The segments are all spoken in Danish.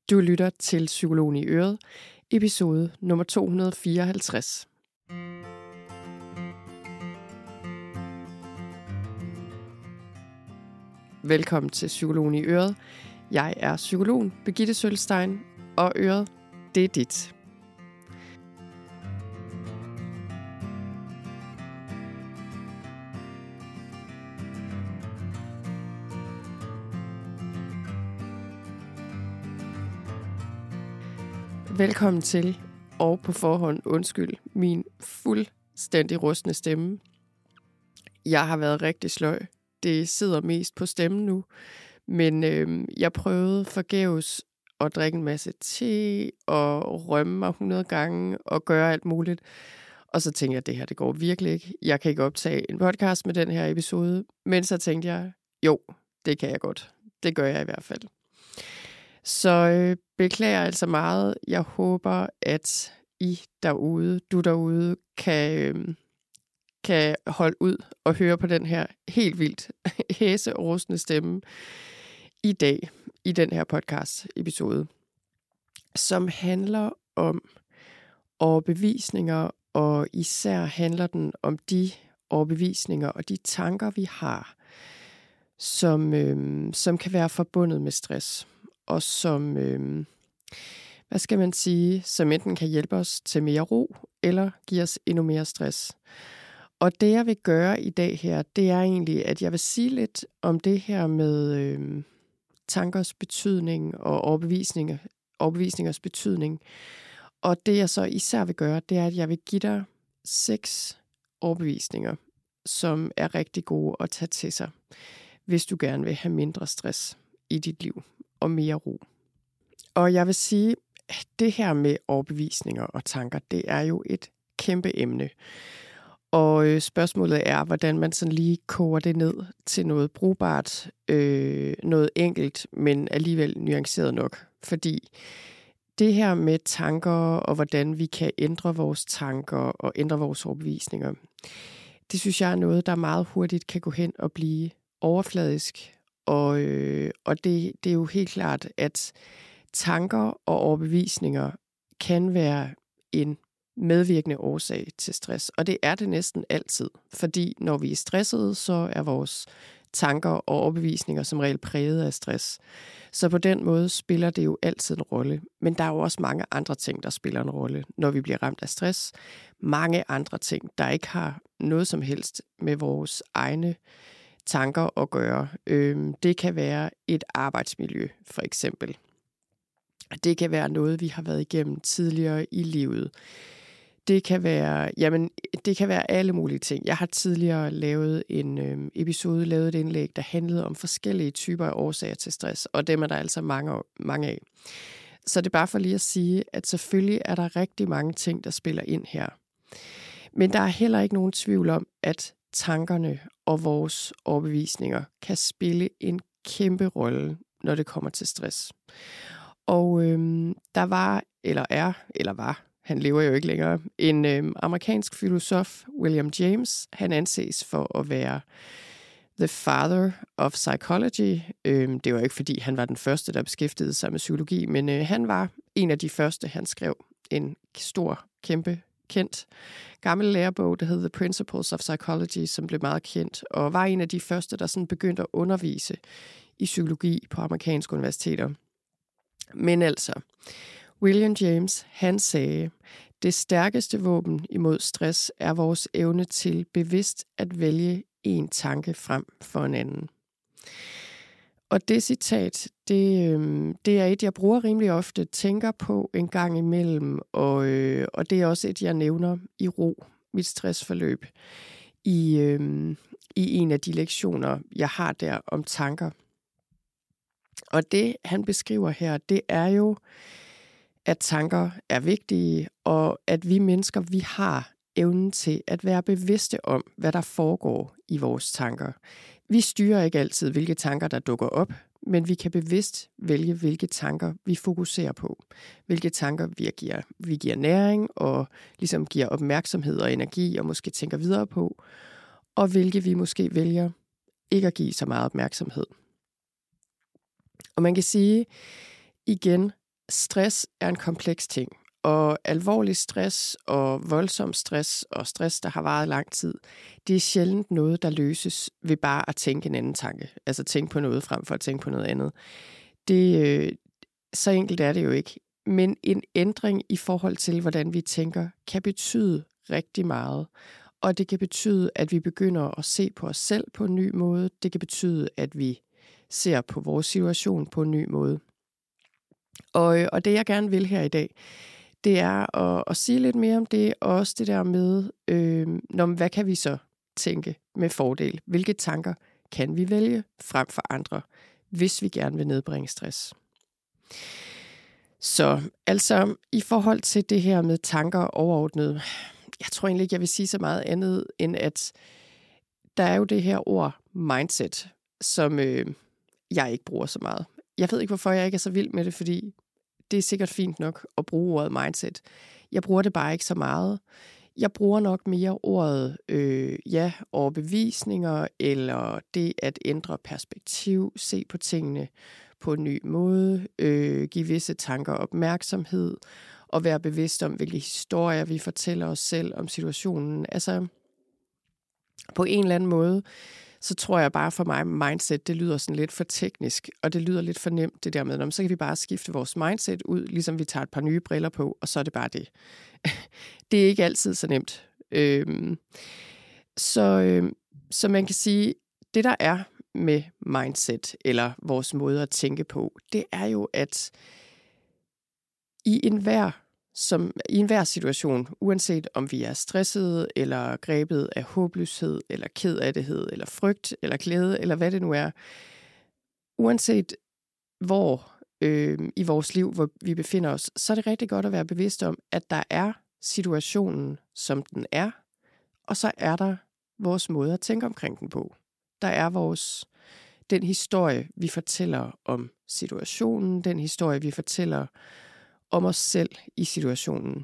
Du lytter til Psykologen i Øret, episode nummer 254. Velkommen til Psykologen i Øret. Jeg er psykologen Birgitte Sølstein, og Øret, det er dit. Velkommen til, og på forhånd undskyld, min fuldstændig rustne stemme. Jeg har været rigtig sløj. Det sidder mest på stemmen nu, men jeg prøvede forgæves at drikke en masse te og rømme mig 100 gange og gøre alt muligt. Og så tænkte jeg, at det her det går virkelig ikke. Jeg kan ikke optage en podcast med den her episode, men så tænkte jeg, jo, det kan jeg godt. Det gør jeg i hvert fald. Så beklager altså meget. Jeg håber, at du derude, kan holde ud og høre på den her helt vildt hæse og rustne stemme i dag, i den her podcast-episode, som handler om overbevisninger, og især handler den om de overbevisninger og de tanker, vi har, som kan være forbundet med stress, og som, som enten kan hjælpe os til mere ro, eller give os endnu mere stress. Og det, jeg vil gøre i dag her, det er egentlig, at jeg vil sige lidt om det her med tankers betydning og overbevisningers betydning. Og det, jeg så især vil gøre, det er, at jeg vil give dig 6 overbevisninger, som er rigtig gode at tage til sig, hvis du gerne vil have mindre stress i dit liv og mere ro. Og jeg vil sige, at det her med overbevisninger og tanker, det er jo et kæmpe emne. Og spørgsmålet er, hvordan man sådan lige koger det ned til noget brugbart, noget enkelt, men alligevel nuanceret nok. Fordi det her med tanker og hvordan vi kan ændre vores tanker og ændre vores overbevisninger, det synes jeg er noget, der meget hurtigt kan gå hen og blive overfladisk. Og det er jo helt klart, at tanker og overbevisninger kan være en medvirkende årsag til stress. Og det er det næsten altid, fordi når vi er stressede, så er vores tanker og overbevisninger som regel præget af stress. Så på den måde spiller det jo altid en rolle. Men der er jo også mange andre ting, der spiller en rolle, når vi bliver ramt af stress. Mange andre ting, der ikke har noget som helst med vores egne tanker at gøre. Det kan være et arbejdsmiljø, for eksempel. Det kan være noget, vi har været igennem tidligere i livet. Det kan være alle mulige ting. Jeg har tidligere lavet en episode, lavet et indlæg, der handlede om forskellige typer af årsager til stress, og dem er der altså mange af. Så det er bare for lige at sige, at selvfølgelig er der rigtig mange ting, der spiller ind her. Men der er heller ikke nogen tvivl om, at tankerne og vores overbevisninger kan spille en kæmpe rolle, når det kommer til stress. Og der var, han lever jo ikke længere, en amerikansk filosof, William James. Han anses for at være the father of psychology. Det var ikke, fordi han var den første, der beskæftigede sig med psykologi, men han var en af de første. Han skrev en stor, kæmpe, kendt gammel lærebog, der hed The Principles of Psychology, som blev meget kendt, og var en af de første, der sådan begyndte at undervise i psykologi på amerikanske universiteter. Men altså, William James, han sagde, det stærkeste våben imod stress er vores evne til bevidst at vælge en tanke frem for en anden. Og det citat, det er et, jeg bruger rimelig ofte, tænker på en gang imellem, og det er også et, jeg nævner i ro, mit stressforløb, i en af de lektioner, jeg har der om tanker. Og det, han beskriver her, det er jo, at tanker er vigtige, og at vi mennesker, vi har evnen til at være bevidste om, hvad der foregår i vores tanker. Vi styrer ikke altid, hvilke tanker, der dukker op, men vi kan bevidst vælge, hvilke tanker vi fokuserer på. Hvilke tanker vi giver næring, og ligesom giver opmærksomhed og energi, og måske tænker videre på, og hvilke vi måske vælger ikke at give så meget opmærksomhed. Og man kan sige, igen, stress er en kompleks ting, og alvorlig stress og voldsom stress og stress, der har varet lang tid, det er sjældent noget, der løses ved bare at tænke en anden tanke. Altså tænke på noget frem for at tænke på noget andet. Så enkelt er det jo ikke. Men en ændring i forhold til, hvordan vi tænker, kan betyde rigtig meget. Og det kan betyde, at vi begynder at se på os selv på en ny måde. Det kan betyde, at vi ser på vores situation på en ny måde. Og det, jeg gerne vil her i dag, det er at sige lidt mere om det, og også det der med, hvad kan vi så tænke med fordel? Hvilke tanker kan vi vælge frem for andre, hvis vi gerne vil nedbringe stress? Så altså i forhold til det her med tanker overordnet, jeg tror egentlig ikke, jeg vil sige så meget andet, end at der er jo det her ord mindset, som jeg ikke bruger så meget. Jeg ved ikke, hvorfor jeg ikke er så vild med det, fordi det er sikkert fint nok at bruge ordet mindset. Jeg bruger det bare ikke så meget. Jeg bruger nok mere ordet overbevisninger, eller det at ændre perspektiv, se på tingene på en ny måde, give visse tanker opmærksomhed, og være bevidst om, hvilke historier vi fortæller os selv om situationen. Altså, på en eller anden måde, så tror jeg bare for mig, mindset, det lyder sådan lidt for teknisk, og det lyder lidt for nemt, det der med, så kan vi bare skifte vores mindset ud, ligesom vi tager et par nye briller på, og så er det bare det. Det er ikke altid så nemt. Så man kan sige, det der er med mindset, eller vores måde at tænke på, det er jo, at i enhver situation, uanset om vi er stressede, eller grebet af håbløshed, eller kedattighed, eller frygt, eller glæde, eller hvad det nu er, uanset hvor i vores liv, hvor vi befinder os, så er det rigtig godt at være bevidst om, at der er situationen, som den er, og så er der vores måde at tænke omkring den på. Der er den historie, vi fortæller om situationen, den historie, vi fortæller om os selv i situationen.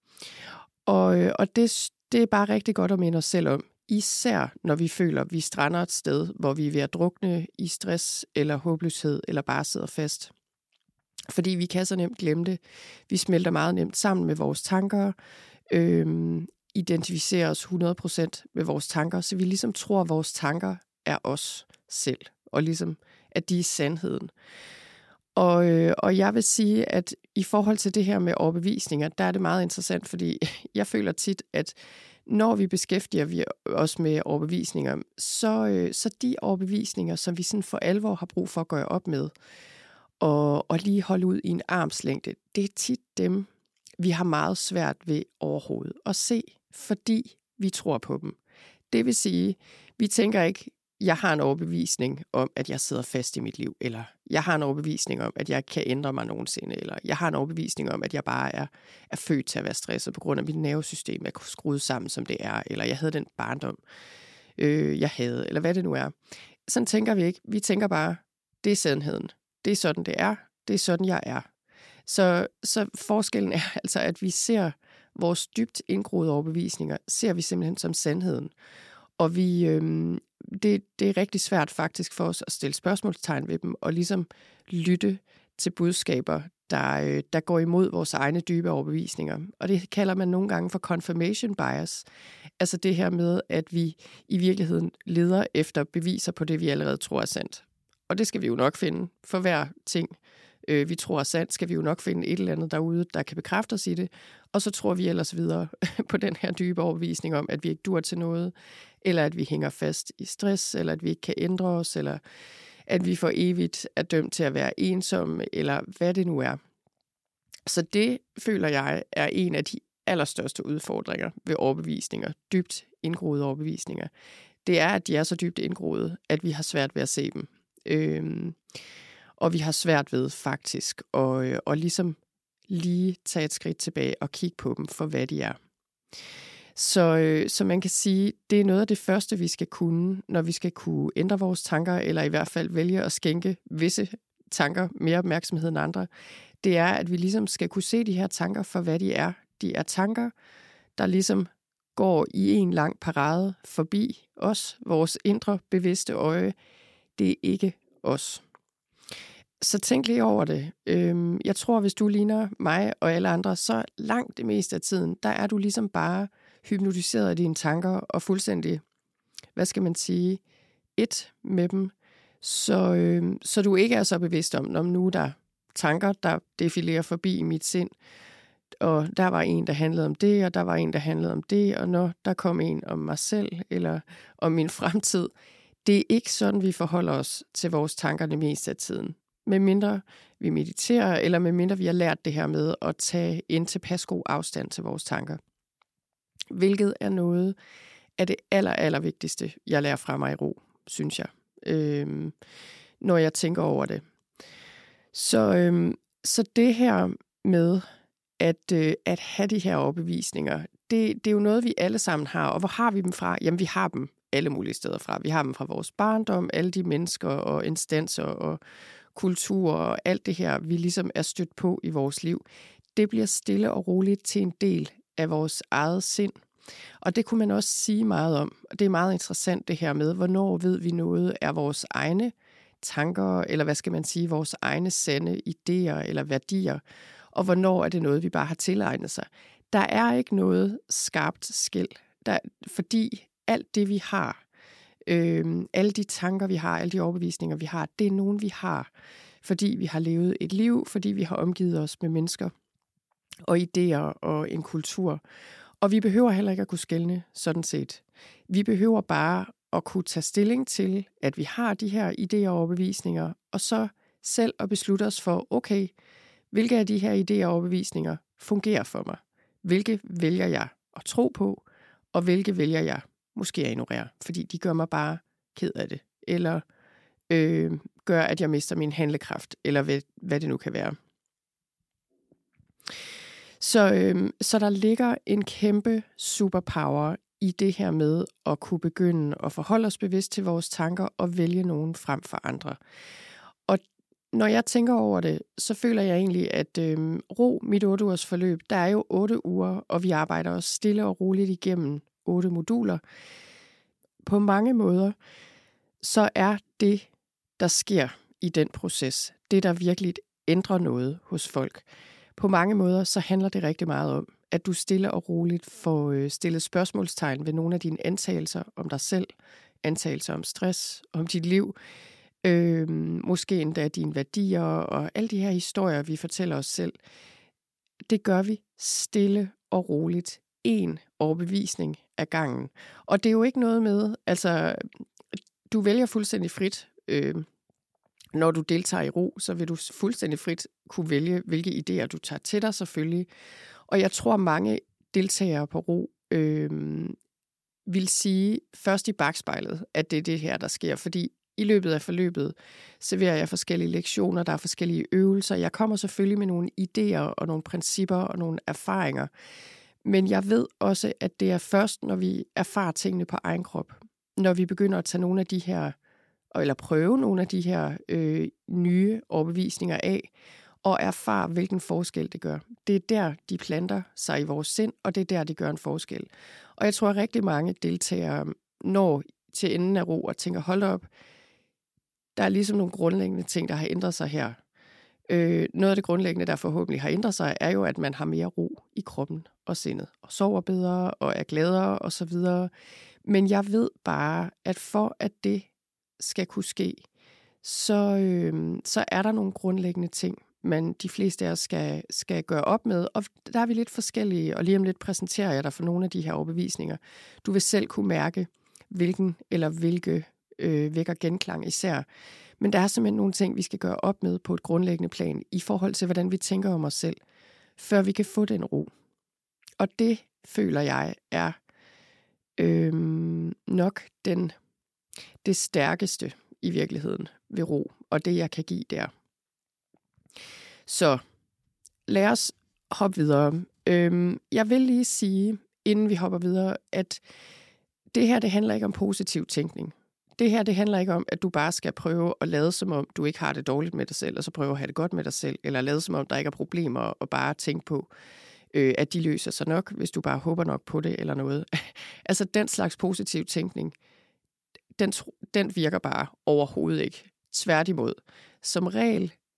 Og det er bare rigtig godt at minde os selv om, især når vi føler, at vi strander et sted, hvor vi er ved at drukne i stress eller håbløshed, eller bare sidder fast. Fordi vi kan så nemt glemme det. Vi smelter meget nemt sammen med vores tanker, identificerer os 100% med vores tanker, så vi ligesom tror, at vores tanker er os selv, og ligesom, at de er sandheden. Og jeg vil sige, at i forhold til det her med overbevisninger, der er det meget interessant, fordi jeg føler tit, at når vi beskæftiger os med overbevisninger, så de overbevisninger, som vi sådan for alvor har brug for at gøre op med, og lige holde ud i en armslængde, det er tit dem, vi har meget svært ved overhovedet at se, fordi vi tror på dem. Det vil sige, vi tænker ikke, jeg har en overbevisning om, at jeg sidder fast i mit liv, eller jeg har en overbevisning om, at jeg ikke kan ændre mig nogensinde, eller jeg har en overbevisning om, at jeg bare er født til at være stresset, på grund af mit nervesystem er skruet sammen, som det er, eller jeg havde den barndom, jeg havde, eller hvad det nu er. Sådan tænker vi ikke. Vi tænker bare, det er sandheden. Det er sådan, det er. Det er sådan, jeg er. Så forskellen er altså, at vi ser vores dybt indgroede overbevisninger, ser vi simpelthen som sandheden. Og det er rigtig svært faktisk for os at stille spørgsmålstegn ved dem, og ligesom lytte til budskaber, der går imod vores egne dybe overbevisninger. Og det kalder man nogle gange for confirmation bias. Altså det her med, at vi i virkeligheden leder efter beviser på det, vi allerede tror er sandt. Og det skal vi jo nok finde. For hver ting, vi tror er sandt, skal vi jo nok finde et eller andet derude, der kan bekræfte os i det. Og så tror vi ellers videre på den her dybe overbevisning om, at vi ikke dur til noget, eller at vi hænger fast i stress, eller at vi ikke kan ændre os, eller at vi for evigt er dømt til at være ensomme, eller hvad det nu er. Så det, føler jeg, er en af de allerstørste udfordringer ved overbevisninger, dybt indgroede overbevisninger. Det er, at de er så dybt indgroede, at vi har svært ved at se dem. Og vi har svært ved faktisk at ligesom lige tage et skridt tilbage og kigge på dem for, hvad de er. Så man kan sige, det er noget af det første, vi skal kunne, når vi skal kunne ændre vores tanker, eller i hvert fald vælge at skænke visse tanker mere opmærksomhed end andre. Det er, at vi ligesom skal kunne se de her tanker for, hvad de er. De er tanker, der ligesom går i en lang parade forbi os, vores indre bevidste øje. Det er ikke os. Så tænk lige over det. Jeg tror, hvis du ligner mig og alle andre, så langt det meste af tiden, der er du ligesom bare hypnotiseret af dine tanker og fuldstændig, hvad skal man sige, et med dem. Så du ikke er så bevidst om nu der tanker, der defilerer forbi i mit sind. Og der var en, der handlede om det, og der var en, der handlede om det, og når der kom en om mig selv eller om min fremtid. Det er ikke sådan, vi forholder os til vores tanker det meste af tiden. Medmindre vi mediterer, eller medmindre vi har lært det her med at tage en tilpas god afstand til vores tanker. Hvilket er noget af det aller vigtigste, jeg lærer fra mig i ro, synes jeg, når jeg tænker over det. Så det her med at have de her overbevisninger, det er jo noget, vi alle sammen har. Og hvor har vi dem fra? Jamen, vi har dem alle mulige steder fra. Vi har dem fra vores barndom, alle de mennesker og instanser og kulturer og alt det her, vi ligesom er stødt på i vores liv. Det bliver stille og roligt til en del af vores eget sind. Og det kunne man også sige meget om. Og det er meget interessant det her med, hvornår ved vi noget er vores egne tanker, eller hvad skal man sige, vores egne sande idéer eller værdier, og hvornår er det noget, vi bare har tilegnet sig. Der er ikke noget skarpt skel, fordi alt det, vi har, alle de tanker, vi har, alle de overbevisninger, vi har, det er nogen, vi har, fordi vi har levet et liv, fordi vi har omgivet os med mennesker og idéer og en kultur. Og vi behøver heller ikke at kunne skelne sådan set. Vi behøver bare at kunne tage stilling til, at vi har de her idéer og overbevisninger, og så selv at beslutte os for, okay, hvilke af de her idéer og overbevisninger fungerer for mig? Hvilke vælger jeg at tro på, og hvilke vælger jeg måske at ignorere, fordi de gør mig bare ked af det, eller gør, at jeg mister min handlekraft, eller hvad det nu kan være. Så der ligger en kæmpe superpower i det her med at kunne begynde at forholde os bevidst til vores tanker og vælge nogen frem for andre. Og når jeg tænker over det, så føler jeg egentlig, at ro, mit 8-ugers forløb, der er jo 8 uger, og vi arbejder os stille og roligt igennem 8 moduler. På mange måder, så er det, der sker i den proces, det der virkelig ændrer noget hos folk. På mange måder, så handler det rigtig meget om, at du stille og roligt får stillet spørgsmålstegn ved nogle af dine antagelser om dig selv, antagelser om stress, om dit liv, måske endda dine værdier og alle de her historier, vi fortæller os selv. Det gør vi stille og roligt, en overbevisning ad gangen. Og det er jo ikke noget med, altså du vælger fuldstændig frit. Når du deltager i ro, så vil du fuldstændig frit kunne vælge, hvilke idéer du tager til dig selvfølgelig. Og jeg tror, mange deltagere på ro vil sige først i bagspejlet, at det er det her, der sker. Fordi i løbet af forløbet serverer jeg forskellige lektioner, der er forskellige øvelser. Jeg kommer selvfølgelig med nogle idéer og nogle principper og nogle erfaringer. Men jeg ved også, at det er først, når vi erfarer tingene på egen krop. Når vi begynder at tage nogle af de her eller prøve nogle af de her nye overbevisninger af, og erfare, hvilken forskel det gør. Det er der, de planter sig i vores sind, og det er der, de gør en forskel. Og jeg tror, at rigtig mange deltagere når til enden af ro og tænker, hold op, der er ligesom nogle grundlæggende ting, der har ændret sig her. Noget af det grundlæggende, der forhåbentlig har ændret sig, er jo, at man har mere ro i kroppen og sindet, og sover bedre, og er gladere, og så videre. Men jeg ved bare, at for at det skal kunne ske, så er der nogle grundlæggende ting, men de fleste af os skal gøre op med, og der er vi lidt forskellige, og lige om lidt præsenterer jeg dig for nogle af de her overbevisninger. Du vil selv kunne mærke, hvilken eller hvilke vækker genklang især. Men der er simpelthen nogle ting, vi skal gøre op med på et grundlæggende plan, i forhold til, hvordan vi tænker om os selv, før vi kan få den ro. Og det, føler jeg, er nok det stærkeste i virkeligheden ved ro, og det jeg kan give der. Så lad os hoppe videre. Jeg vil lige sige, inden vi hopper videre, at det her, det handler ikke om positiv tænkning. Det her, det handler ikke om, at du bare skal prøve at lade som om, du ikke har det dårligt med dig selv, og så prøve at have det godt med dig selv, eller lade som om, der ikke er problemer, og bare tænke på, at de løser sig nok, hvis du bare håber nok på det, eller noget. Altså, den slags positiv tænkning, den virker bare overhovedet ikke. Tværtimod. Som regel,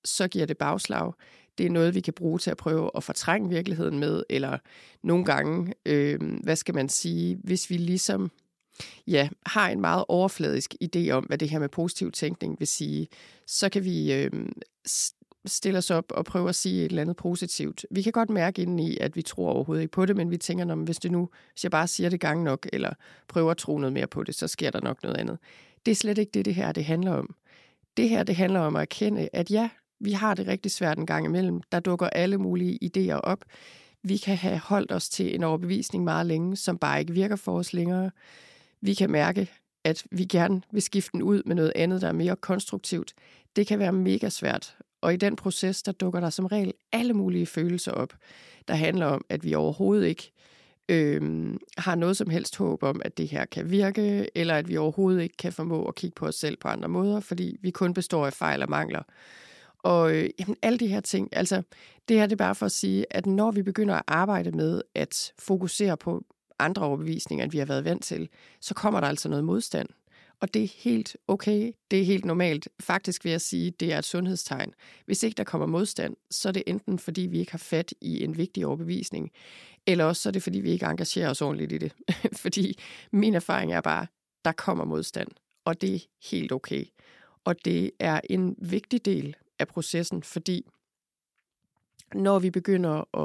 så giver det bagslag. Det er noget, vi kan bruge til at prøve at fortrænge virkeligheden med, eller nogle gange, hvis vi ligesom har en meget overfladisk idé om, hvad det her med positiv tænkning vil sige, så kan vi stille os op og prøve at sige et eller andet positivt. Vi kan godt mærke indeni, at vi tror overhovedet ikke på det, men vi tænker, hvis jeg bare siger det gange nok, eller prøver at tro noget mere på det, så sker der nok noget andet. Det er slet ikke det her det handler om. Det her, det handler om at erkende, at vi har det rigtig svært en gang imellem. Der dukker alle mulige idéer op. Vi kan have holdt os til en overbevisning meget længe, som bare ikke virker for os længere. Vi kan mærke, at vi gerne vil skifte den ud med noget andet, der er mere konstruktivt. Det kan være mega svært. Og i den proces, der dukker der som regel alle mulige følelser op, der handler om, at vi overhovedet ikke har noget som helst håb om, at det her kan virke, eller at vi overhovedet ikke kan formå at kigge på os selv på andre måder, fordi vi kun består af fejl og mangler. Og alle de her ting, altså det her det er bare for at sige, at når vi begynder at arbejde med at fokusere på andre overbevisninger, end vi har været vant til, så kommer der altså noget modstand. Og det er helt okay, det er helt normalt. Faktisk vil jeg sige, det er et sundhedstegn. Hvis ikke der kommer modstand, så er det enten fordi, vi ikke har fat i en vigtig overbevisning, eller også så er det fordi, vi ikke engagerer os ordentligt i det. Fordi min erfaring er bare, der kommer modstand, og det er helt okay. Og det er en vigtig del af processen, fordi når vi begynder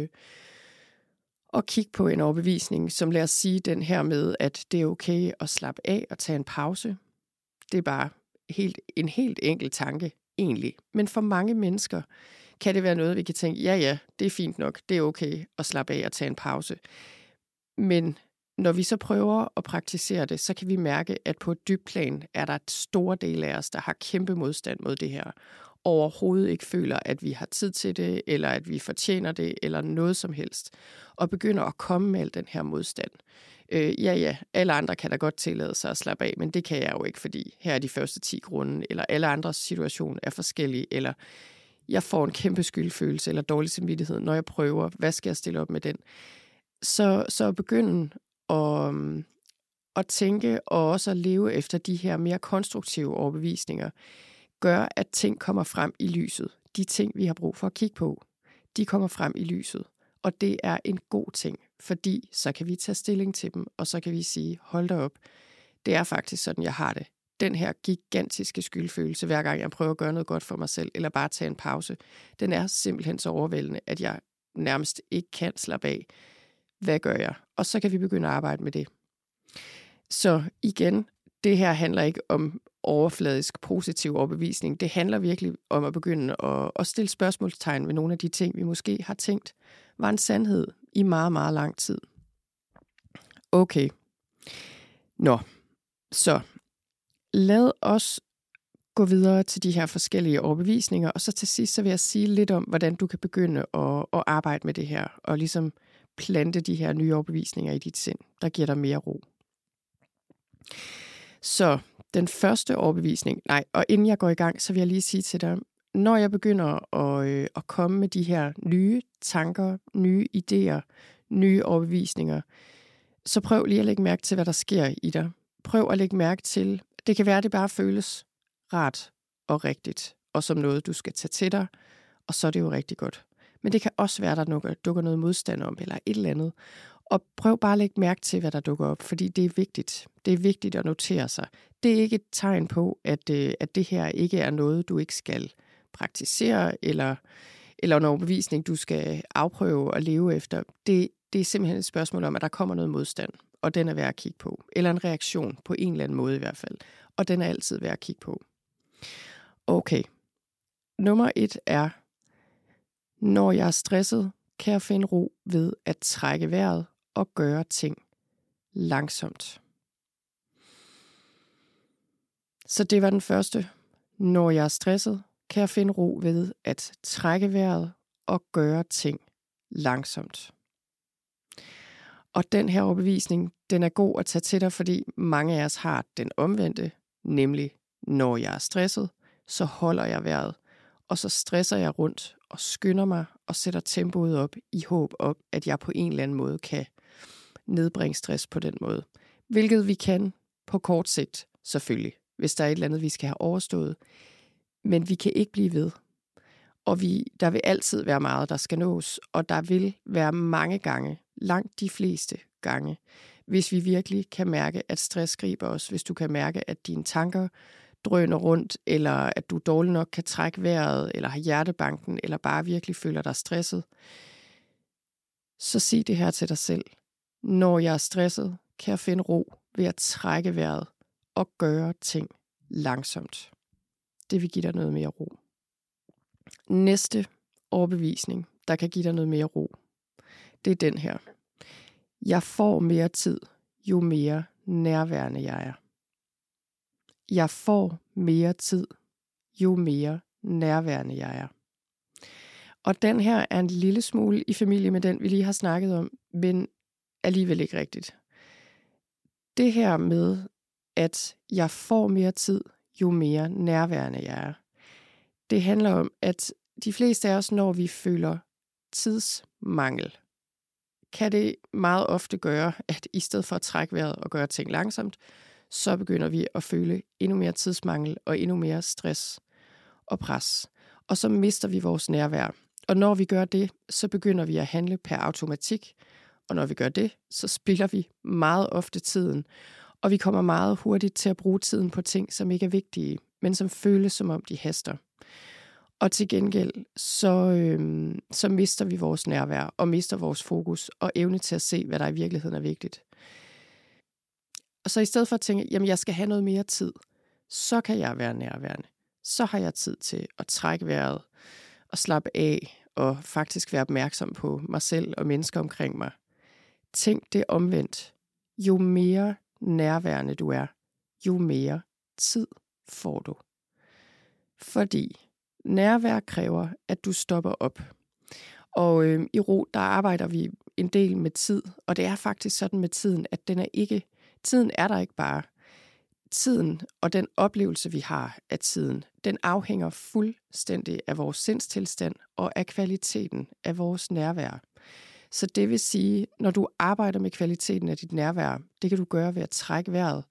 at kigge på en overbevisning, som lad os sige den her med, at det er okay at slappe af og tage en pause. Det er bare en helt enkel tanke, egentlig. Men for mange mennesker kan det være noget, vi kan tænke, ja, det er fint nok, det er okay at slappe af og tage en pause. Men når vi så prøver at praktisere det, så kan vi mærke, at på et dybt plan er der et store del af os, der har kæmpe modstand mod det her. Overhovedet ikke føler, at vi har tid til det, eller at vi fortjener det, eller noget som helst. Og begynder at komme med al den her modstand. Alle andre kan da godt tillade sig at slappe af, men det kan jeg jo ikke, fordi her er de første 10 grunde, eller alle andres situation er forskellige, eller jeg får en kæmpe skyldfølelse, eller dårlig samvittighed, når jeg prøver, hvad skal jeg stille op med den? Så begynde at tænke, og også at leve efter de her mere konstruktive overbevisninger, gør, at ting kommer frem i lyset. De ting, vi har brug for at kigge på, de kommer frem i lyset. Og det er en god ting, fordi så kan vi tage stilling til dem, og så kan vi sige, hold da op, det er faktisk sådan, jeg har det. Den her gigantiske skyldfølelse, hver gang jeg prøver at gøre noget godt for mig selv, eller bare tage en pause, den er simpelthen så overvældende, at jeg nærmest ikke kan slappe af. Hvad gør jeg? Og så kan vi begynde at arbejde med det. Så igen, det her handler ikke om overfladisk positiv overbevisning. Det handler virkelig om at begynde at stille spørgsmålstegn ved nogle af de ting, vi måske har tænkt, var en sandhed i meget, meget lang tid. Okay. Så lad os gå videre til de her forskellige overbevisninger, og så til sidst så vil jeg sige lidt om, hvordan du kan begynde at arbejde med det her, og ligesom plante de her nye overbevisninger i dit sind, der giver dig mere ro. Så den første overbevisning, og inden jeg går i gang, så vil jeg lige sige til dig, når jeg begynder at komme med de her nye tanker, nye idéer, nye overbevisninger, så prøv lige at lægge mærke til, hvad der sker i dig. Prøv at lægge mærke til, det kan være, at det bare føles rart og rigtigt, og som noget, du skal tage til dig, og så er det jo rigtig godt. Men det kan også være, at der dukker noget modstand om, eller et eller andet. Og prøv bare at lægge mærke til, hvad der dukker op, fordi det er vigtigt. Det er vigtigt at notere sig. Det er ikke et tegn på, at det her ikke er noget, du ikke skal praktisere, eller en overbevisning, du skal afprøve at leve efter. Det er simpelthen et spørgsmål om, at der kommer noget modstand, og den er værd at kigge på. Eller en reaktion på en eller anden måde i hvert fald. Og den er altid værd at kigge på. Okay. Nummer 1 er, når jeg er stresset, kan jeg finde ro ved at trække vejret og gøre ting langsomt. Så det var den første. Når jeg er stresset, kan jeg finde ro ved at trække vejret og gøre ting langsomt. Og den her overbevisning, den er god at tage til dig, fordi mange af os har den omvendte, nemlig når jeg er stresset, så holder jeg vejret, og så stresser jeg rundt og skynder mig og sætter tempoet op i håb om, at jeg på en eller anden måde kan nedbringe stress på den måde. Hvilket vi kan på kort sigt, selvfølgelig, hvis der er et eller andet, vi skal have overstået. Men vi kan ikke blive ved. Og der vil altid være meget, der skal nås, og der vil være mange gange, langt de fleste gange, hvis vi virkelig kan mærke, at stress griber os, hvis du kan mærke, at dine tanker drøner rundt, eller at du dårligt nok kan trække vejret, eller har hjertebanken, eller bare virkelig føler dig stresset, så sig det her til dig selv. Når jeg er stresset, kan jeg finde ro ved at trække vejret og gøre ting langsomt. Det vil give dig noget mere ro. Næste overbevisning, der kan give dig noget mere ro, det er den her. Jeg får mere tid, jo mere nærværende jeg er. Jeg får mere tid, jo mere nærværende jeg er. Og den her er en lille smule i familie med den, vi lige har snakket om, men alligevel ikke rigtigt. Det her med, at jeg får mere tid, jo mere nærværende jeg er. Det handler om, at de fleste af os, når vi føler tidsmangel, kan det meget ofte gøre, at i stedet for at trække vejret og gøre ting langsomt, så begynder vi at føle endnu mere tidsmangel og endnu mere stress og pres. Og så mister vi vores nærvær. Og når vi gør det, så begynder vi at handle per automatik. Og når vi gør det, så spilder vi meget ofte tiden. Og vi kommer meget hurtigt til at bruge tiden på ting, som ikke er vigtige, men som føles som om de haster. Og til gengæld, så mister vi vores nærvær og mister vores fokus og evne til at se, hvad der i virkeligheden er vigtigt. Og så i stedet for at tænke, jamen jeg skal have noget mere tid, så kan jeg være nærværende. Så har jeg tid til at trække vejret og slappe af og faktisk være opmærksom på mig selv og mennesker omkring mig. Tænk det omvendt. Jo mere nærværende du er, jo mere tid får du. Fordi nærvær kræver, at du stopper op. Og i Ro, der arbejder vi en del med tid, og det er faktisk sådan med tiden, at tiden er der ikke bare. Tiden og den oplevelse, vi har af tiden, den afhænger fuldstændig af vores sindstilstand og af kvaliteten af vores nærvær. Så det vil sige, når du arbejder med kvaliteten af dit nærvær, det kan du gøre ved at trække vejret,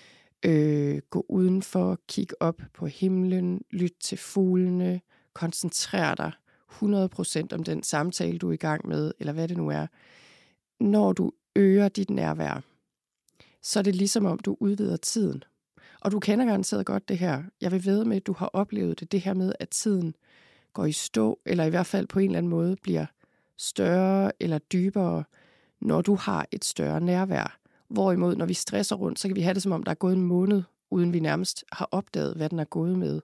gå udenfor, kigge op på himlen, lytte til fuglene, koncentrere dig 100% om den samtale, du er i gang med, eller hvad det nu er. Når du øger dit nærvær, så er det ligesom om, du udvider tiden. Og du kender garanteret godt det her. Jeg vil vædde med, at du har oplevet det her med, at tiden går i stå, eller i hvert fald på en eller anden måde bliver større eller dybere, når du har et større nærvær. Hvorimod, når vi stresser rundt, så kan vi have det, som om der er gået en måned, uden vi nærmest har opdaget, hvad den er gået med.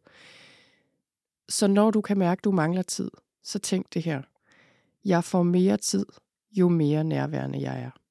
Så når du kan mærke, at du mangler tid, så tænk det her. Jeg får mere tid, jo mere nærværende jeg er.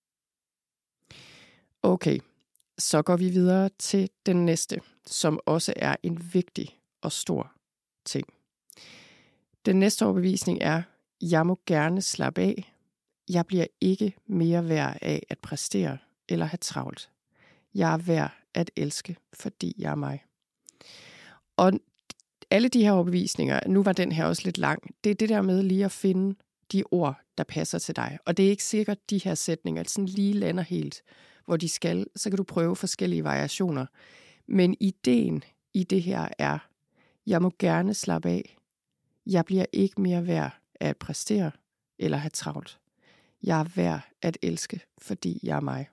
Okay, så går vi videre til den næste, som også er en vigtig og stor ting. Den næste overbevisning er, jeg må gerne slappe af. Jeg bliver ikke mere værd af at præstere eller have travlt. Jeg er værd at elske, fordi jeg er mig. Og alle de her overbevisninger, nu var den her også lidt lang, det er det der med lige at finde de ord, der passer til dig. Og det er ikke sikkert, de her sætninger sådan lige lander helt, hvor de skal. Så kan du prøve forskellige variationer. Men ideen i det her er, jeg må gerne slappe af. Jeg bliver ikke mere værd af at præstere eller have travlt. Jeg er værd at elske, fordi jeg er mig.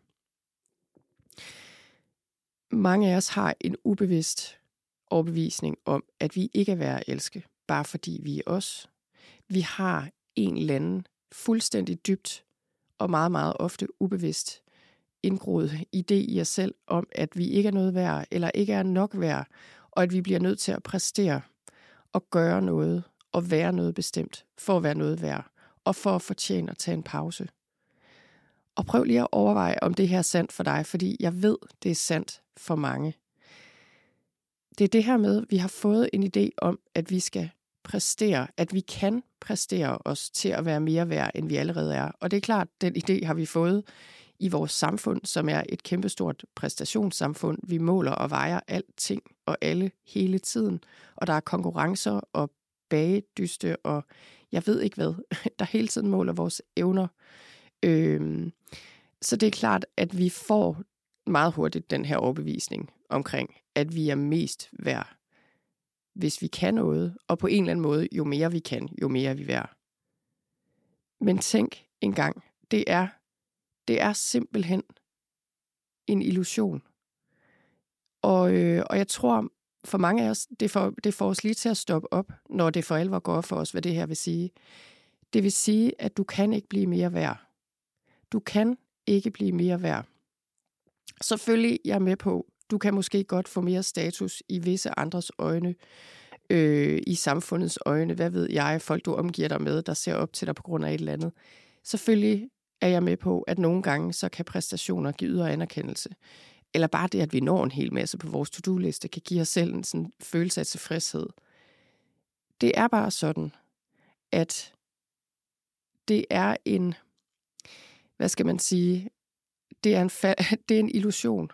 Mange af os har en ubevidst overbevisning om, at vi ikke er værd at elske, bare fordi vi er os. Vi har en eller anden fuldstændig dybt og meget, meget ofte ubevidst indgroet idé i os selv om, at vi ikke er noget værd, eller ikke er nok værd, og at vi bliver nødt til at præstere og gøre noget og være noget bestemt for at være noget værd, og for at fortjene at tage en pause. Og prøv lige at overveje, om det her er sandt for dig, fordi jeg ved, det er sandt for mange. Det er det her med, at vi har fået en idé om, at vi skal præstere, at vi kan præstere os til at være mere værd, end vi allerede er. Og det er klart, den idé har vi fået i vores samfund, som er et kæmpestort præstationssamfund. Vi måler og vejer alting og alle hele tiden, og der er konkurrencer og bagedyste, og jeg ved ikke hvad, der hele tiden måler vores evner. Så det er klart, at vi får meget hurtigt den her overbevisning omkring, at vi er mest værd, hvis vi kan noget, og på en eller anden måde, jo mere vi kan, jo mere er vi værd. Men tænk engang, det er simpelthen en illusion. Og jeg tror, for mange af os, det får os lige til at stoppe op, når det for alvor går for os, hvad det her vil sige. Det vil sige, at du kan ikke blive mere værd. Du kan ikke blive mere værd. Selvfølgelig, jeg er med på, du kan måske godt få mere status i visse andres øjne, i samfundets øjne, hvad ved jeg, folk du omgiver dig med, der ser op til dig på grund af et eller andet. Selvfølgelig er jeg med på, at nogle gange så kan præstationer give ydre anerkendelse. Eller bare det, at vi når en hel masse på vores to-do-liste, kan give os selv en sådan følelse af tilfredshed. Det er bare sådan, at det er en, hvad skal man sige, det er en illusion.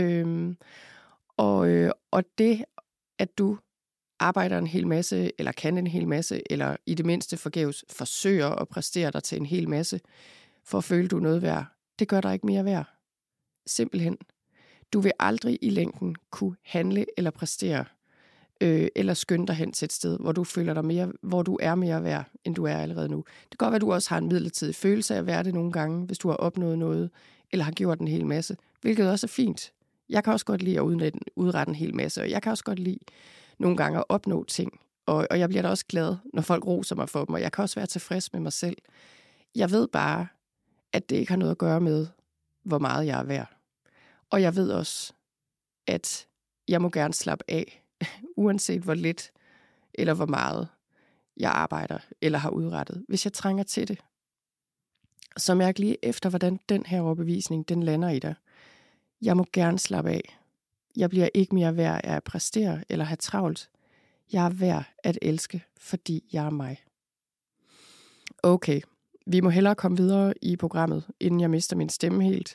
Og det, at du arbejder en hel masse, eller kan en hel masse, eller i det mindste forgæves forsøger at præstere dig til en hel masse, for at føle, du er noget værd, det gør dig ikke mere værd. Simpelthen. Du vil aldrig i længden kunne handle eller præstere, eller skynde dig hen til et sted, hvor du føler dig mere, hvor du er mere værd, end du er allerede nu. Det kan godt være, at du også har en midlertidig følelse af at være det nogle gange, hvis du har opnået noget, eller har gjort en hel masse, hvilket også er fint. Jeg kan også godt lide at udrette en hel masse, og jeg kan også godt lide nogle gange at opnå ting. Og jeg bliver da også glad, når folk roser mig for dem, og jeg kan også være tilfreds med mig selv. Jeg ved bare, at det ikke har noget at gøre med, hvor meget jeg er værd. Og jeg ved også, at jeg må gerne slappe af, uanset hvor lidt eller hvor meget jeg arbejder eller har udrettet, hvis jeg trænger til det. Så mærk lige efter, hvordan den her overbevisning, den lander i dig. Jeg må gerne slappe af. Jeg bliver ikke mere værd af at præstere eller have travlt. Jeg er værd at elske, fordi jeg er mig. Okay, vi må hellere komme videre i programmet, inden jeg mister min stemme helt.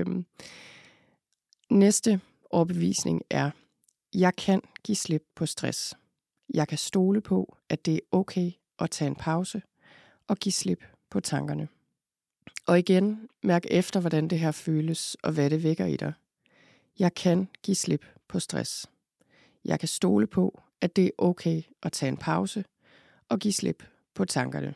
Næste overbevisning er, jeg kan give slip på stress. Jeg kan stole på, at det er okay at tage en pause og give slip på tankerne. Og igen, mærk efter, hvordan det her føles og hvad det vækker i dig. Jeg kan give slip på stress. Jeg kan stole på, at det er okay at tage en pause og give slip på tankerne.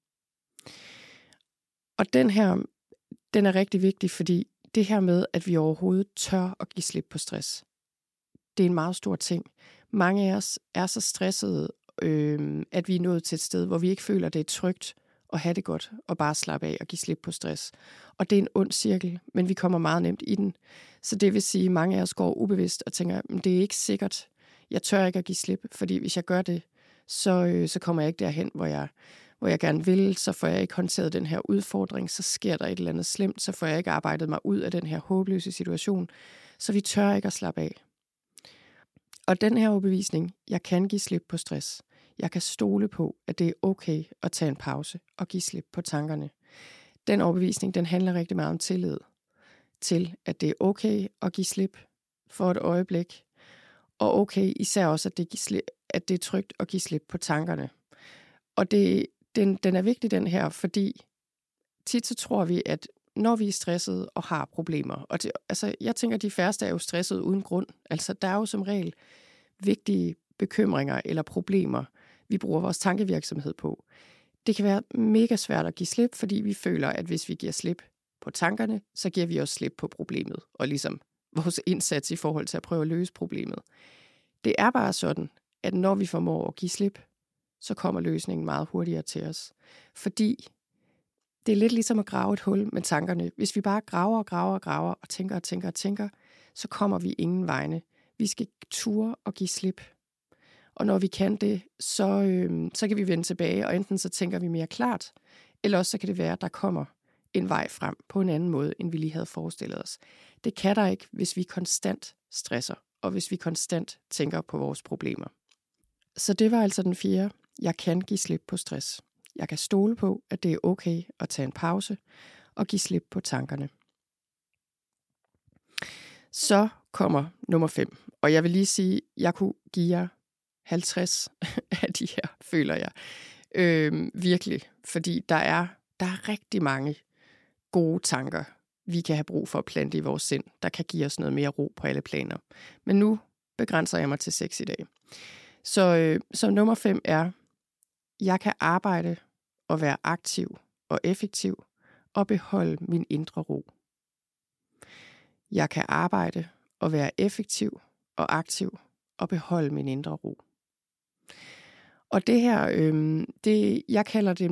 Og den er rigtig vigtig, fordi det her med, at vi overhovedet tør at give slip på stress, det er en meget stor ting. Mange af os er så stressede, at vi er nået til et sted, hvor vi ikke føler, det er trygt at have det godt og bare slappe af og give slip på stress. Og det er en ond cirkel, men vi kommer meget nemt i den. Så det vil sige, at mange af os går ubevidst og tænker, det er ikke sikkert. Jeg tør ikke at give slip, fordi hvis jeg gør det, så kommer jeg ikke derhen, hvor jeg gerne vil. Så får jeg ikke håndteret den her udfordring, så sker der et eller andet slemt, så får jeg ikke arbejdet mig ud af den her håbløse situation. Så vi tør ikke at slappe af. Og den her overbevisning, jeg kan give slip på stress. Jeg kan stole på, at det er okay at tage en pause og give slip på tankerne. Den overbevisning, den handler rigtig meget om tillid til, at det er okay at give slip for et øjeblik. Og okay især også, at det er trygt at give slip på tankerne. Og den er vigtig, den her, fordi tit så tror vi, at når vi er stressede og har problemer, og jeg tænker, at de færreste er jo stressede uden grund. Altså, der er jo som regel vigtige bekymringer eller problemer, vi bruger vores tankevirksomhed på. Det kan være mega svært at give slip, fordi vi føler, at hvis vi giver slip på tankerne, så giver vi også slip på problemet, og ligesom vores indsats i forhold til at prøve at løse problemet. Det er bare sådan, at når vi formår at give slip, så kommer løsningen meget hurtigere til os. Fordi det er lidt ligesom at grave et hul med tankerne. Hvis vi bare graver og tænker, så kommer vi ingen vegne. Vi skal ture og give slip. Og når vi kan det, så kan vi vende tilbage, og enten så tænker vi mere klart, eller også så kan det være, at der kommer en vej frem på en anden måde, end vi lige havde forestillet os. Det kan der ikke, hvis vi konstant stresser, og hvis vi konstant tænker på vores problemer. Så det var altså den 4. Jeg kan give slip på stress. Jeg kan stole på, at det er okay at tage en pause og give slip på tankerne. Så kommer nummer 5. Og jeg vil lige sige, at jeg kunne give jer 50 af de her, føler jeg. Virkelig. Fordi der er rigtig mange gode tanker, vi kan have brug for at plante i vores sind, der kan give os noget mere ro på alle planer. Men nu begrænser jeg mig til 6 i dag. Så nummer 5 er, jeg kan arbejde og være aktiv og effektiv og beholde min indre ro. Jeg kan arbejde og være effektiv og aktiv og beholde min indre ro. Og det her, jeg kalder det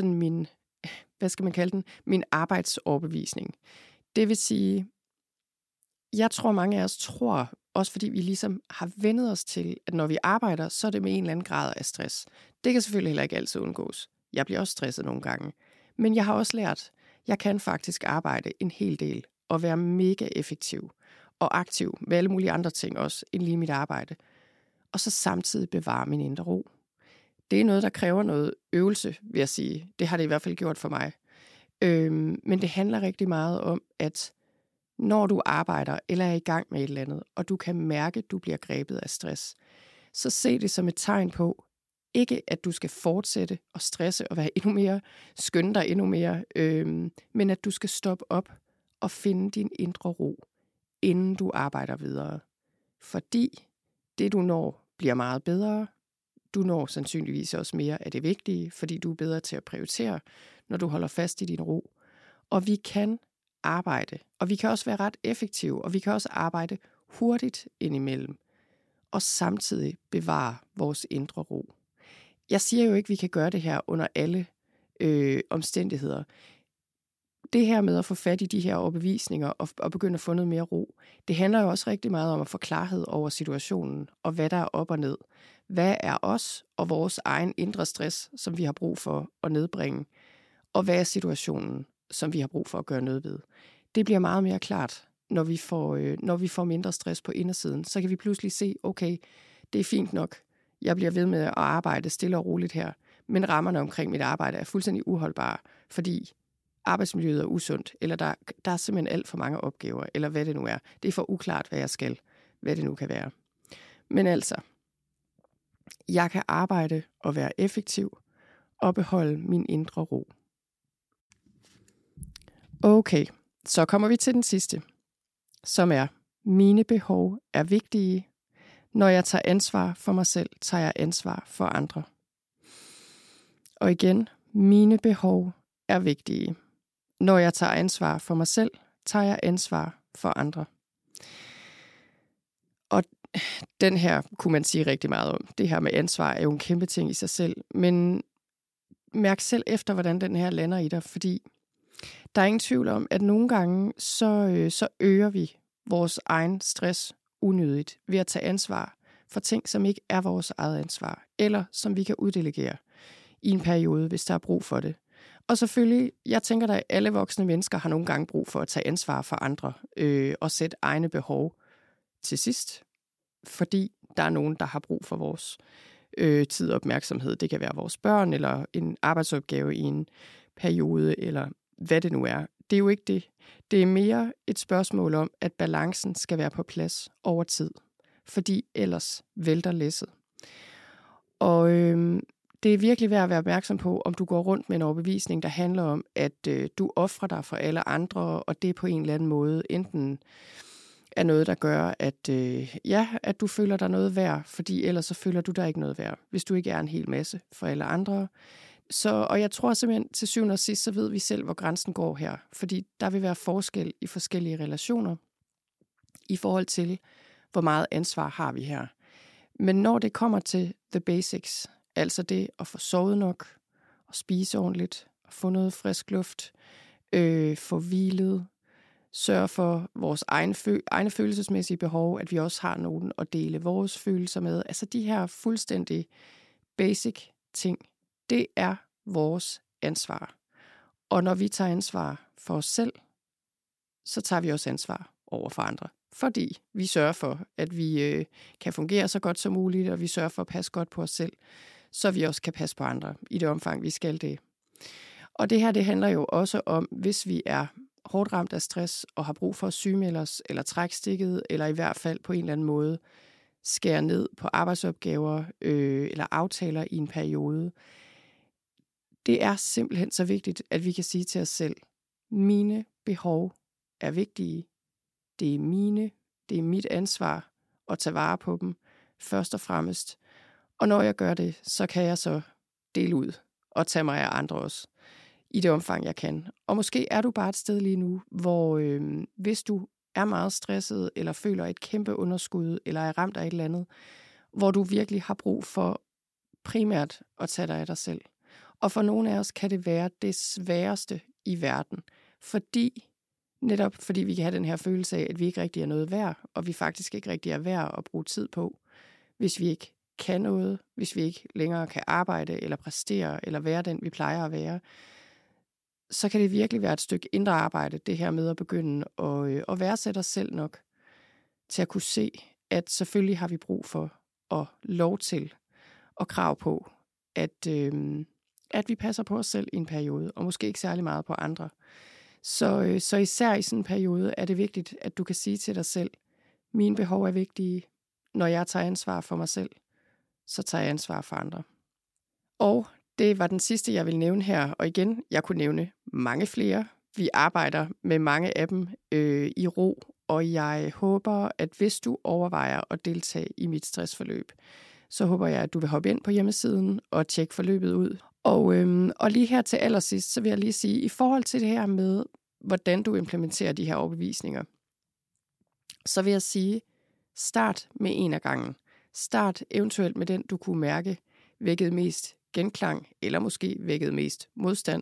min arbejdsoverbevisning. Det vil sige, jeg tror mange af os tror, også fordi vi ligesom har vendet os til, at når vi arbejder, så er det med en eller anden grad af stress. Det kan selvfølgelig heller ikke altid undgås. Jeg bliver også stresset nogle gange. Men jeg har også lært, jeg kan faktisk arbejde en hel del og være mega effektiv og aktiv med alle mulige andre ting også, end lige mit arbejde. Og så samtidig bevare min indre ro. Det er noget, der kræver noget øvelse, vil jeg sige. Det har det i hvert fald gjort for mig. Men det handler rigtig meget om, at når du arbejder eller er i gang med et eller andet, og du kan mærke, at du bliver grebet af stress, så se det som et tegn på, ikke at du skal fortsætte og stresse og være endnu mere, skynde dig endnu mere, men at du skal stoppe op og finde din indre ro, inden du arbejder videre. Fordi det du når bliver meget bedre. Du når sandsynligvis også mere af det vigtige, fordi du er bedre til at prioritere, når du holder fast i din ro. Og vi kan arbejde, og vi kan også være ret effektive, og vi kan også arbejde hurtigt indimellem, og samtidig bevare vores indre ro. Jeg siger jo ikke, at vi kan gøre det her under alle omstændigheder. Det her med at få fat i de her overbevisninger og begynde at få noget mere ro, det handler jo også rigtig meget om at få klarhed over situationen, og hvad der er op og ned. Hvad er os og vores egen indre stress, som vi har brug for at nedbringe? Og hvad er situationen, som vi har brug for at gøre noget ved? Det bliver meget mere klart, når vi får mindre stress på indersiden. Så kan vi pludselig se, okay, det er fint nok. Jeg bliver ved med at arbejde stille og roligt her. Men rammerne omkring mit arbejde er fuldstændig uholdbare, fordi arbejdsmiljøet er usundt, eller der er simpelthen alt for mange opgaver, eller hvad det nu er. Det er for uklart, hvad jeg skal, hvad det nu kan være. Men altså, jeg kan arbejde og være effektiv og beholde min indre ro. Okay, så kommer vi til den sidste, som er, mine behov er vigtige. Når jeg tager ansvar for mig selv, tager jeg ansvar for andre. Og igen, mine behov er vigtige. Når jeg tager ansvar for mig selv, tager jeg ansvar for andre. Og den her kunne man sige rigtig meget om. Det her med ansvar er jo en kæmpe ting i sig selv. Men mærk selv efter, hvordan den her lander i dig, fordi der er ingen tvivl om, at nogle gange så øger vi vores egen stress unødigt ved at tage ansvar for ting, som ikke er vores eget ansvar, eller som vi kan uddelegere i en periode, hvis der er brug for det. Og selvfølgelig, jeg tænker, at alle voksne mennesker har nogle gange brug for at tage ansvar for andre og sætte egne behov til sidst, fordi der er nogen, der har brug for vores tid og opmærksomhed. Det kan være vores børn, eller en arbejdsopgave i en periode, eller hvad det nu er. Det er jo ikke det. Det er mere et spørgsmål om, at balancen skal være på plads over tid, fordi ellers vælter læsset. Og det er virkelig værd at være opmærksom på, om du går rundt med en overbevisning, der handler om, at du ofrer dig for alle andre, og det på en eller anden måde enten er noget, der gør, at du føler dig noget værd, fordi ellers så føler du dig ikke noget værd, hvis du ikke er en hel masse for alle andre. Og jeg tror simpelthen, til syvende og sidst, så ved vi selv, hvor grænsen går her. Fordi der vil være forskel i forskellige relationer i forhold til, hvor meget ansvar har vi her. Men når det kommer til the basics, altså det at få sovet nok, og spise ordentligt, og få noget frisk luft, få hvilet, sørge for vores egne følelsesmæssige behov, at vi også har nogen at dele vores følelser med. Altså de her fuldstændig basic ting, det er vores ansvar. Og når vi tager ansvar for os selv, så tager vi også ansvar over for andre. Fordi vi sørger for, at vi kan fungere så godt som muligt, og vi sørger for at passe godt på os selv, så vi også kan passe på andre i det omfang, vi skal det. Og det her, det handler jo også om, hvis vi er hårdt ramt af stress og har brug for at sygemelde os, eller trække stikket, eller i hvert fald på en eller anden måde skære ned på arbejdsopgaver eller aftaler i en periode. Det er simpelthen så vigtigt, at vi kan sige til os selv, mine behov er vigtige. Det er mit ansvar at tage vare på dem, først og fremmest. Og når jeg gør det, så kan jeg så dele ud og tage mig af andre også, i det omfang, jeg kan. Og måske er du bare et sted lige nu, hvor hvis du er meget stresset, eller føler et kæmpe underskud, eller er ramt af et eller andet, hvor du virkelig har brug for primært at tage dig af dig selv. Og for nogle af os kan det være det sværeste i verden, netop fordi vi kan have den her følelse af, at vi ikke rigtig er noget værd, og vi faktisk ikke rigtig er værd at bruge tid på, hvis vi ikke kan noget, hvis vi ikke længere kan arbejde, eller præstere, eller være den, vi plejer at være, så kan det virkelig være et stykke indre arbejde, det her med at begynde at værdsætte os selv nok, til at kunne se, at selvfølgelig har vi brug for, og lov til, og krav på, at vi passer på os selv i en periode, og måske ikke særlig meget på andre. Så især i sådan en periode er det vigtigt, at du kan sige til dig selv, mine behov er vigtige. Når jeg tager ansvar for mig selv, så tager jeg ansvar for andre. Og det var den sidste, jeg vil nævne her. Og igen, jeg kunne nævne mange flere. Vi arbejder med mange af dem i ro, og jeg håber, at hvis du overvejer at deltage i mit stressforløb, så håber jeg, at du vil hoppe ind på hjemmesiden og tjekke forløbet ud. Og lige her til allersidst, så vil jeg lige sige, i forhold til det her med, hvordan du implementerer de her overbevisninger, så vil jeg sige, start med en af gangen. Start eventuelt med den, du kunne mærke vækkede mest genklang, eller måske vækkede mest modstand.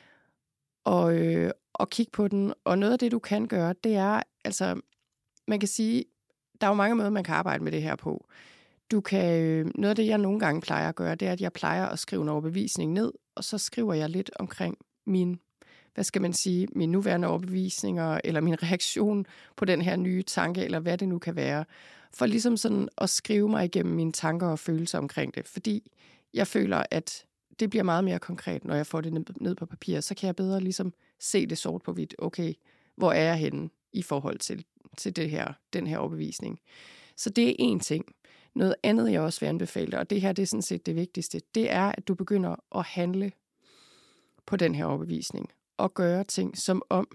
Og kig på den. Og noget af det, du kan gøre, det er, altså, man kan sige, der er jo mange måder, man kan arbejde med det her på. Noget af det, jeg nogle gange plejer at gøre, det er, at jeg plejer at skrive en overbevisning ned, og så skriver jeg lidt omkring mine nuværende overbevisninger, eller min reaktion på den her nye tanke, eller hvad det nu kan være. For ligesom sådan at skrive mig igennem mine tanker og følelser omkring det. Fordi jeg føler, at det bliver meget mere konkret, når jeg får det ned på papir. Så kan jeg bedre ligesom se det sort på hvidt. Okay, hvor er jeg henne i forhold til den her overbevisning? Så det er én ting. Noget andet, jeg også vil anbefale dig, og det her det er sådan set det vigtigste, det er, at du begynder at handle på den her overbevisning. Og gøre ting, som om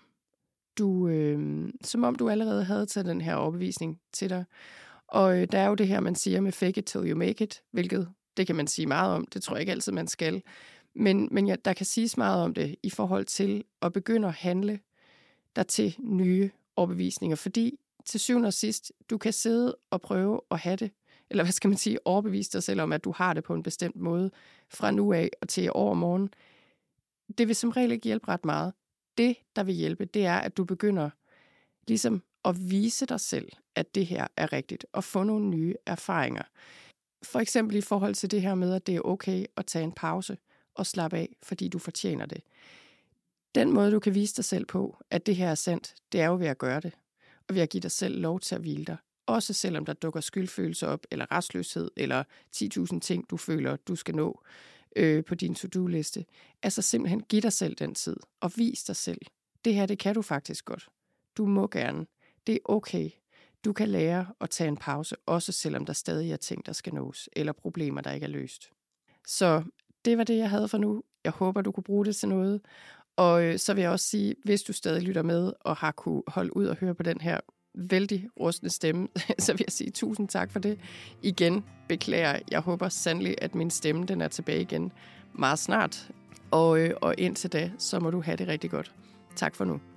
du allerede havde taget den her overbevisning til dig. Og der er jo det her, man siger med fake it till you make it, hvilket det kan man sige meget om. Det tror jeg ikke altid, man skal. Men ja, der kan siges meget om det i forhold til at begynde at handle der til nye overbevisninger. Fordi til syvende og sidst, du kan sidde og prøve at have det, eller hvad skal man sige, overbevise dig selv om, at du har det på en bestemt måde fra nu af og til overmorgen. Det vil som regel ikke hjælpe ret meget. Det, der vil hjælpe, det er, at du begynder ligesom at vise dig selv, at det her er rigtigt, og få nogle nye erfaringer. For eksempel i forhold til det her med, at det er okay at tage en pause og slappe af, fordi du fortjener det. Den måde, du kan vise dig selv på, at det her er sandt, det er jo ved at gøre det, og ved at give dig selv lov til at hvile dig. Også selvom der dukker skyldfølelse op, eller restløshed, eller 10.000 ting, du føler, du skal nå på din to-do-liste. Altså simpelthen giv dig selv den tid, og vis dig selv. Det her, det kan du faktisk godt. Du må gerne. Det er okay. Du kan lære at tage en pause, også selvom der stadig er ting, der skal nås, eller problemer, der ikke er løst. Så det var det, jeg havde for nu. Jeg håber, du kunne bruge det til noget. Og så vil jeg også sige, hvis du stadig lytter med, og har kunne holde ud og høre på den her vældig rustne stemme, så vil jeg sige tusind tak for det. Igen beklager, jeg håber sandelig, at min stemme den er tilbage igen meget snart. Og indtil da, så må du have det rigtig godt. Tak for nu.